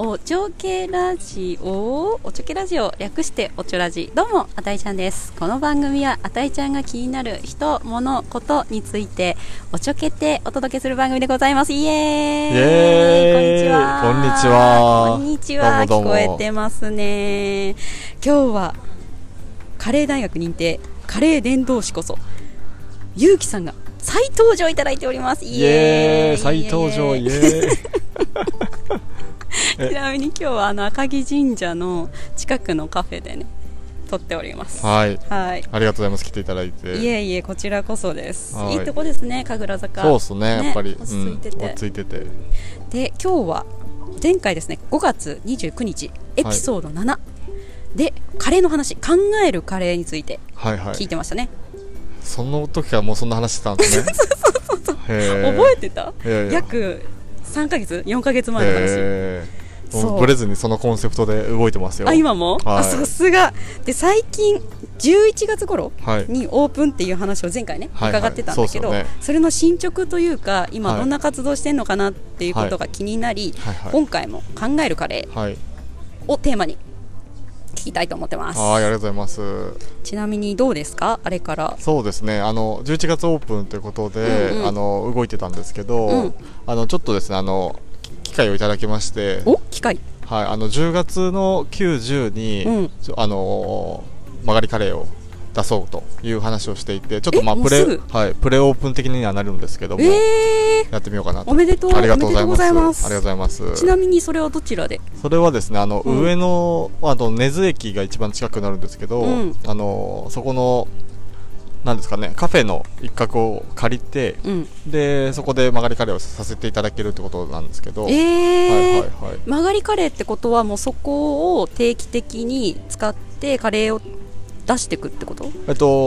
おちょけラジオ略しておちょラジ。どうもあたいちゃんです。この番組はあたいちゃんが気になる人物ことについておちょけてお届けする番組でございます。イエーイ、こんにちは。 こんにちは。 こんにちは。 どうもどうも。 聞こえてますね。今日はカレー大学認定カレー伝道師こそゆうきさんが再登場いただいております。イエーイ、 再登場、イエーイ。 ちなみに今日は赤城神社の近くのカフェでね撮っております。 はい、 はい、 ありがとうございます。来ていただいて。 いえいえ、こちらこそです。 はい、 いいとこですね、神楽坂。 そうですね、やっぱり落ち着いてて、 落ち着いてて。 で、今日は前回ですね、5月29日エピソード7、はい、でカレーの話、考えるカレーについて聞いてましたね。 その時からもうそんな話してたんですね。 そう覚えてた？約3ヶ月4ヶ月前の話。 もうブレずにそのコンセプトで動いてますよ。 あ、今も、 はい、 さすがで、最近11月頃にオープンっていう話を前回ね、伺ってたんだけど、それの進捗というか今どんな活動してんのかなっていうことが気になり、今回も考えるカレーをテーマに聞きたいと思ってます。 はい、ありがとうございます。 ちなみにどうですか、あれから。 そうですね、11月オープンということで、動いてたんですけど、ちょっとですね、機会をいただきまして。 お、機会。 はい、10月の9、10に、曲がりカレーを出そうという話をしていて、ちょっとプレオープン的にはなるんですけども、やってみようかなと。 おめでとう。 ありがとうございます。ありがとうございます。 ちなみにそれはどちらで？ それはですね、上野根津駅が一番近くなるんですけど、そこのなんですかね、カフェの一角を借りて、でそこで曲がりカレーをさせていただけるってことなんですけど、 曲がりカレーってことはもうそこを定期的に使ってカレーを出していくってこと？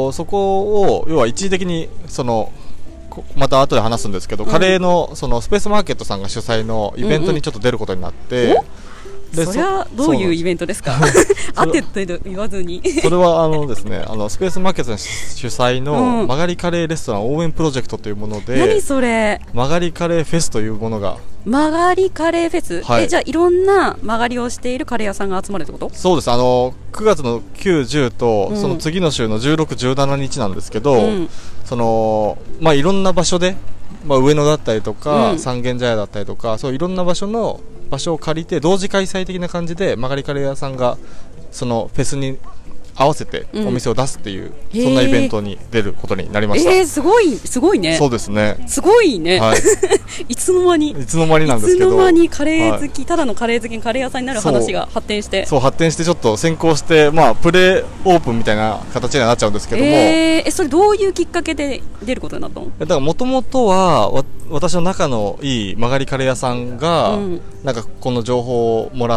そこを要は一時的にまた後で話すんですけど、カレーのそのスペースマーケットさんが主催のイベントにちょっと出ることになって、 それはどういうイベントですか？あってって言わずに。それはですね、スペースマーケット主催の曲がりカレーレストラン応援プロジェクトというもので、 何それ？ 曲がりカレーフェスというものが。 曲がりカレーフェス、じゃあいろんな曲がりをしているカレー屋さんが集まるってこと？そうです。 9月の9、10と、その次の週の16、17日なんですけど、いろんな場所で、上野だったりとか、三軒茶屋だったりとか、そういろんな場所を借りて同時開催的な感じで曲がりカレー屋さんがそのフェスに合わせてお店を出すっていう、そんなイベントに出ることになりました。 すごいね。 そうですね、 すごいね。いつの間になんですけど、 いつの間にカレー好き、ただのカレー好きにカレー屋さんになる話が発展して、 発展してちょっと先行して、プレオープンみたいな形にはなっちゃうんですけども、 それどういうきっかけで出ることになったの？ だからもともとは私の仲のいい曲がりカレー屋さんが、なんかこの情報をもらって、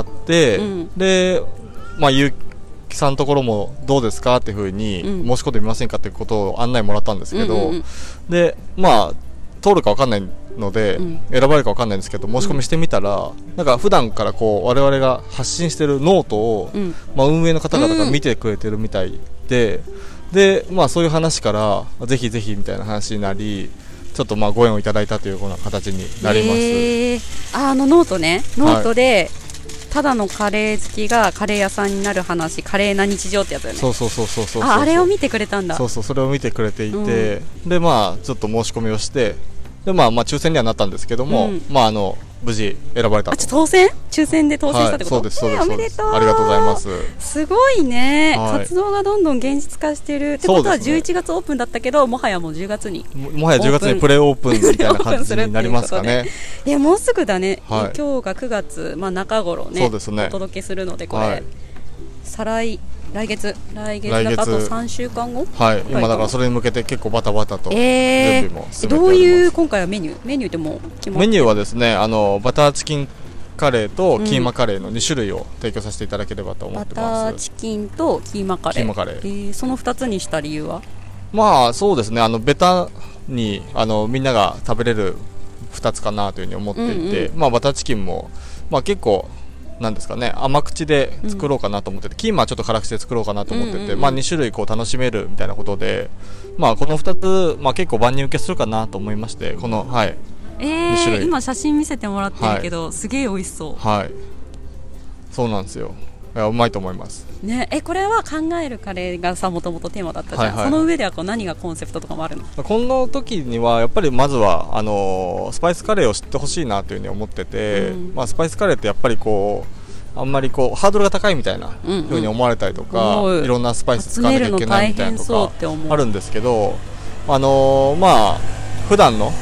でゆうきさんのところもどうですかっていうふうに申し込んでみませんかっていうことを案内もらったんですけど、で通るか分かんないので、選ばれるか分かんないんですけど、申し込みしてみたら、なんか普段から我々が発信してるノートを、運営の方々が見てくれてるみたいで、そういう話からぜひぜひみたいな話になり、ちょっとご縁をいただいたというような形になります。 ノートね、ノートで、ただのカレー好きがカレー屋さんになる話、カレーな日常ってやつだよね。そう。あれを見てくれたんだ。 それを見てくれていて、でちょっと申し込みをして、で抽選にはなったんですけども、無事選ばれたと。抽選で当選したってこと？そうです。 おめでとう。 ありがとうございます。 すごいね、活動がどんどん現実化してるってことは、11月オープンだったけど、もはやもう10月にプレオープンみたいな感じになりますかね。 いや、もうすぐだね。今日が9月中頃ね、お届けするので、これ来月だからあと3週間後。 今だからそれに向けて結構バタバタと準備も進めております。 どういう今回はメニューでも決まって？ メニューはですね、バターチキンカレーとキーマカレーの2種類を提供させていただければと思ってます。 バターチキンとキーマカレー。その2つにした理由は？ そうですね、ベタにみんなが食べれる2つかなというふうに思っていて、バターチキンも結構なんですかね、甘口で作ろうかなと思ってて、キーマはちょっと辛口で作ろうかなと思ってて、2種類楽しめるみたいなことで、この2つ、結構万人受けするかなと思いまして、この2種類。 今写真見せてもらってるけど、すげえ美味しそう。 そうなんですよ。いや、うまいと思いますね。これは考えるカレーがさ、もともとテーマだったじゃん、はいはい、その上ではこう何がコンセプトとかもあるの？ この時にはやっぱりまずはスパイスカレーを知ってほしいなというふうに思ってて、スパイスカレーってやっぱりこうあんまりこうハードルが高いみたいなふうに思われたりとか、いろんなスパイス使わなきゃいけないみたいなとかあるんですけど、普段の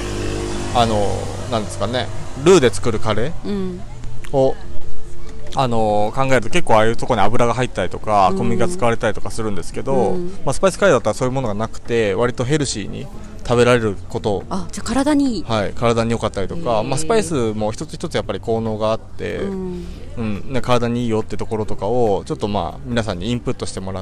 なんですかね、ルーで作るカレーを考えると結構ああいうところに油が入ったりとか小麦が使われたりとかするんですけど、スパイスカレーだったらそういうものがなくて割とヘルシーに食べられることじゃあ体にいい、 はい、体に良かったりとか、スパイスも一つ一つやっぱり効能があって、体にいいよってところとかをちょっと皆さんにインプットしてもらって、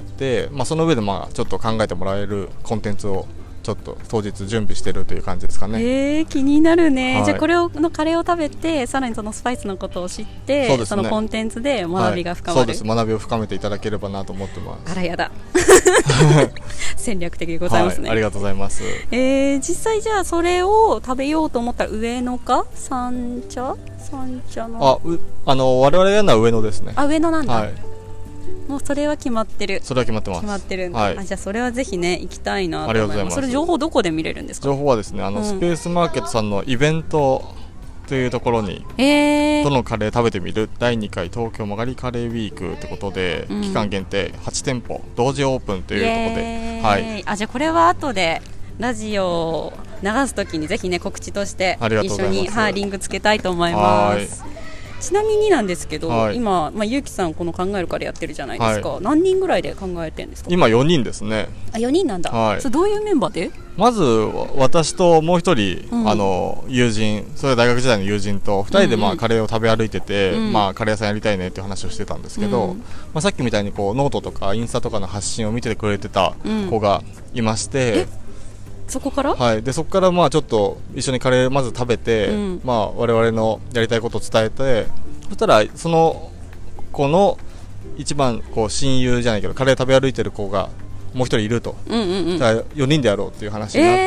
その上でちょっと考えてもらえるコンテンツをちょっと当日準備してるという感じですかね。 気になるね、はい、じゃあこれのカレーを食べてさらにそのスパイスのことを知って、 そうですね、そのコンテンツで学びが深まる、 そうです、学びを深めていただければなと思ってます。 あらやだ戦略的でございますね、 ありがとうございます。 実際じゃあそれを食べようと思ったら上野か三茶の我々がやるのは上野ですね。 上野なんだ、はい、もうそれは決まってる。 それは決まってます。 決まってるんだ、じゃあそれはぜひね行きたいなと思います。 ありがとうございます。 それ情報どこで見れるんですか？ 情報はですねスペースマーケットさんのイベントというところに、どのカレー食べてみる第2回東京曲がりカレーウィークってことで、期間限定8店舗同時オープンというところで、はい、 じゃあこれは後でラジオを流すときにぜひね告知として一緒に、リンクつけたいと思います。ちなみになんですけど、今、ゆうきさんこの考えるカレーやってるじゃないですか、何人ぐらいで考えてるんですか？ 今4人ですね。 4人なんだ、それどういうメンバーで？ まず私ともう一人、友人、それは大学時代の友人と2人でカレーを食べ歩いてて、カレー屋さんやりたいねっていう話をしてたんですけど、さっきみたいにこうノートとかインスタとかの発信を見ててくれてた子がいまして、 そこから、 でそこからちょっと一緒にカレーまず食べて、我々のやりたいことを伝えて、そしたらその子の一番こう親友じゃないけどカレー食べ歩いてる子がもう一人いると、4人でやろうっていう話になって、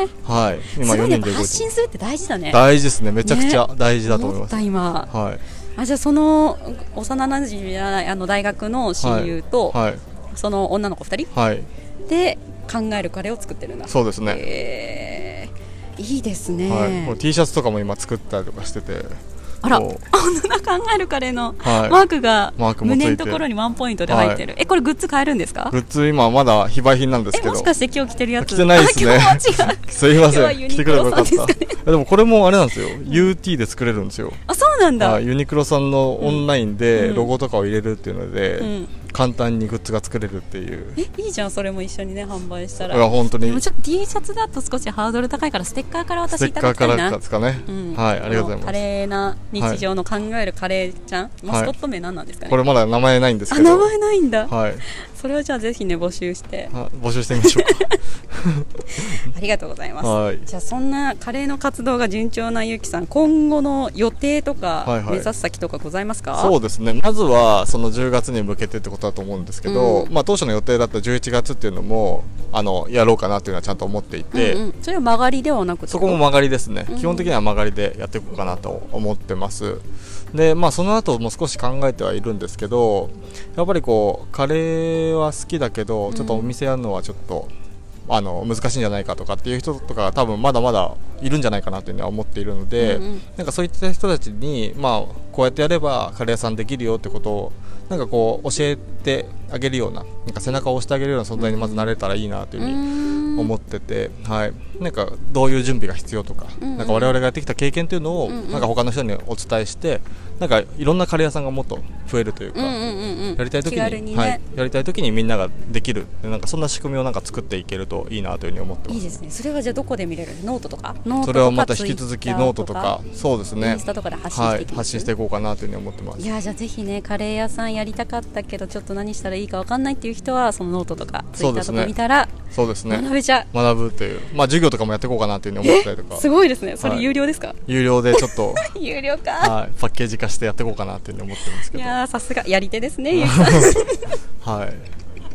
今4人で動いて発信するって大事だね。 大事ですね、めちゃくちゃ大事だと思います。 今、じゃあその幼なじみじゃない大学の親友と、その女の子2人、で考えるカレーを作ってるんだ。 そうですね、 いいですね、 これ T シャツとかも今作ったりとかしてて、 あら、考えるカレーのマークが胸のところにワンポイントで入ってる、これグッズ買えるんですか？ グッズ今まだ非売品なんですけど、 もしかして今日着てるやつ？ 着てないですねすいません、着てくればよかった。でもこれもあれなんですよ、UT で作れるんですよ。 そうなんだ。 ユニクロさんのオンラインでロゴとかを入れるっていうので、簡単にグッズが作れるっていう。 いいじゃん、それも一緒にね販売したら。 本当に。 でもちょっと T シャツだと少しハードル高いからステッカーから渡していただきたいな。 ステッカーからですかね、ありがとうございます。 華麗な日常の考えるカレーちゃん、マスコット名何なんですかね？ これまだ名前ないんですけど。 名前ないんだ。 はい。 それはじゃあぜひね募集してみましょうかありがとうございます。じゃあそんなカレーの活動が順調なゆうきさん、今後の予定とか目指す先とかございますか？ そうですね、まずはその10月に向けてってことだと思うんですけど、当初の予定だった11月っていうのもやろうかなっていうのはちゃんと思っていて、 それは曲がりではなくて？ そこも曲がりですね、基本的には曲がりでやっていこうかなと思ってます。でその後も少し考えてはいるんですけど、やっぱりこうカレーは好きだけどちょっとお店やるのはちょっと難しいんじゃないかとかっていう人とか多分まだまだいるんじゃないかなというのは思っているので、なんかそういった人たちにこうやってやればカレー屋さんできるよってことをなんかこう教えてあげるような、なんか背中を押してあげるような存在にまずなれたらいいなというふうに思ってて、なんかどういう準備が必要とか、なんか我々がやってきた経験というのをなんか他の人にお伝えして、なんかいろんなカレー屋さんがもっと増えるというか、やりたい時に、やりたい時にみんなができる、なんかそんな仕組みをなんか作っていけるといいなというふうに思ってます。 いいですね。それはじゃあどこで見れる？ノートとか？ それはまた引き続きノートとか、そうですね、 インスタとかで発信していこうかなというふうに思ってます。 いや、じゃあぜひね、カレー屋さんやりたかったけどちょっと何したらいいか分かんないっていう人はそのノートとかツイッターとか見たら学べちゃう。 学ぶという、授業とかもやっていこうかなというふうに思ったりとか。 すごいですね。それ有料ですか？ 有料でちょっと有料か、 パッケージ化してやっていこうかなというふうに思ってるんですけど。 いや、さすがやり手ですね、 ゆうきさんはい。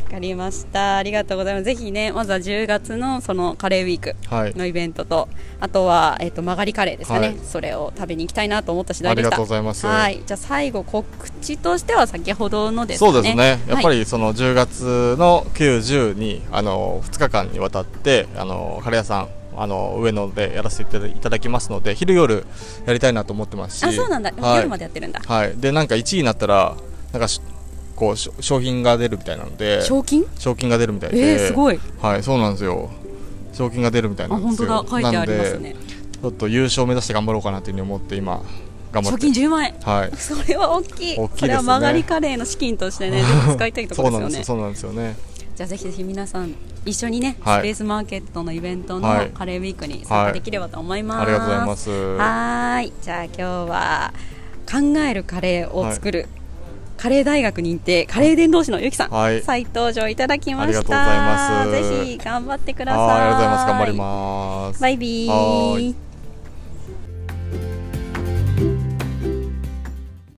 かりました。ありがとうございます。ぜひね、まずは10月のそのカレーウィークのイベントと、はい、あとは曲がりカレーですかね、はい、それを食べに行きたいなと思った次第でした。 ありがとうございます。 はい、じゃあ最後告知としては先ほどのですかね。そうですね。やっぱりその10月の9、10に2日間にわたってカレー屋さん上野でやらせていただきますので、昼夜やりたいなと思ってますし。 あ、そうなんだ、はい、夜までやってるんだ。 はい、でなんか1位になったらなんかこう商品が出るみたいなので。 賞金が出るみたいで。 すごい。 はい、そうなんですよ。賞金が出るみたいなんですよ。 あ、本当だ、書いてありますね。 ちょっと優勝目指して頑張ろうかなというふうに思って今頑張って。 賞金10万円。 はい。 それは大きい。 大きいですね。 それは曲がりカレーの資金としてね、全部使いたいところですよね。 そうなんですよね。 じゃあぜひぜひ皆さん一緒にね、スペースマーケットのイベントのカレーウィークに参加できればと思います。 ありがとうございます。 はい。じゃあ今日は考えるカレーを作る、カレー大学認定カレー伝道師のゆきさん、再登場いただきました。ありがとうございます。ぜひ頑張ってください。 ありがとうございます。頑張ります。 バイビー。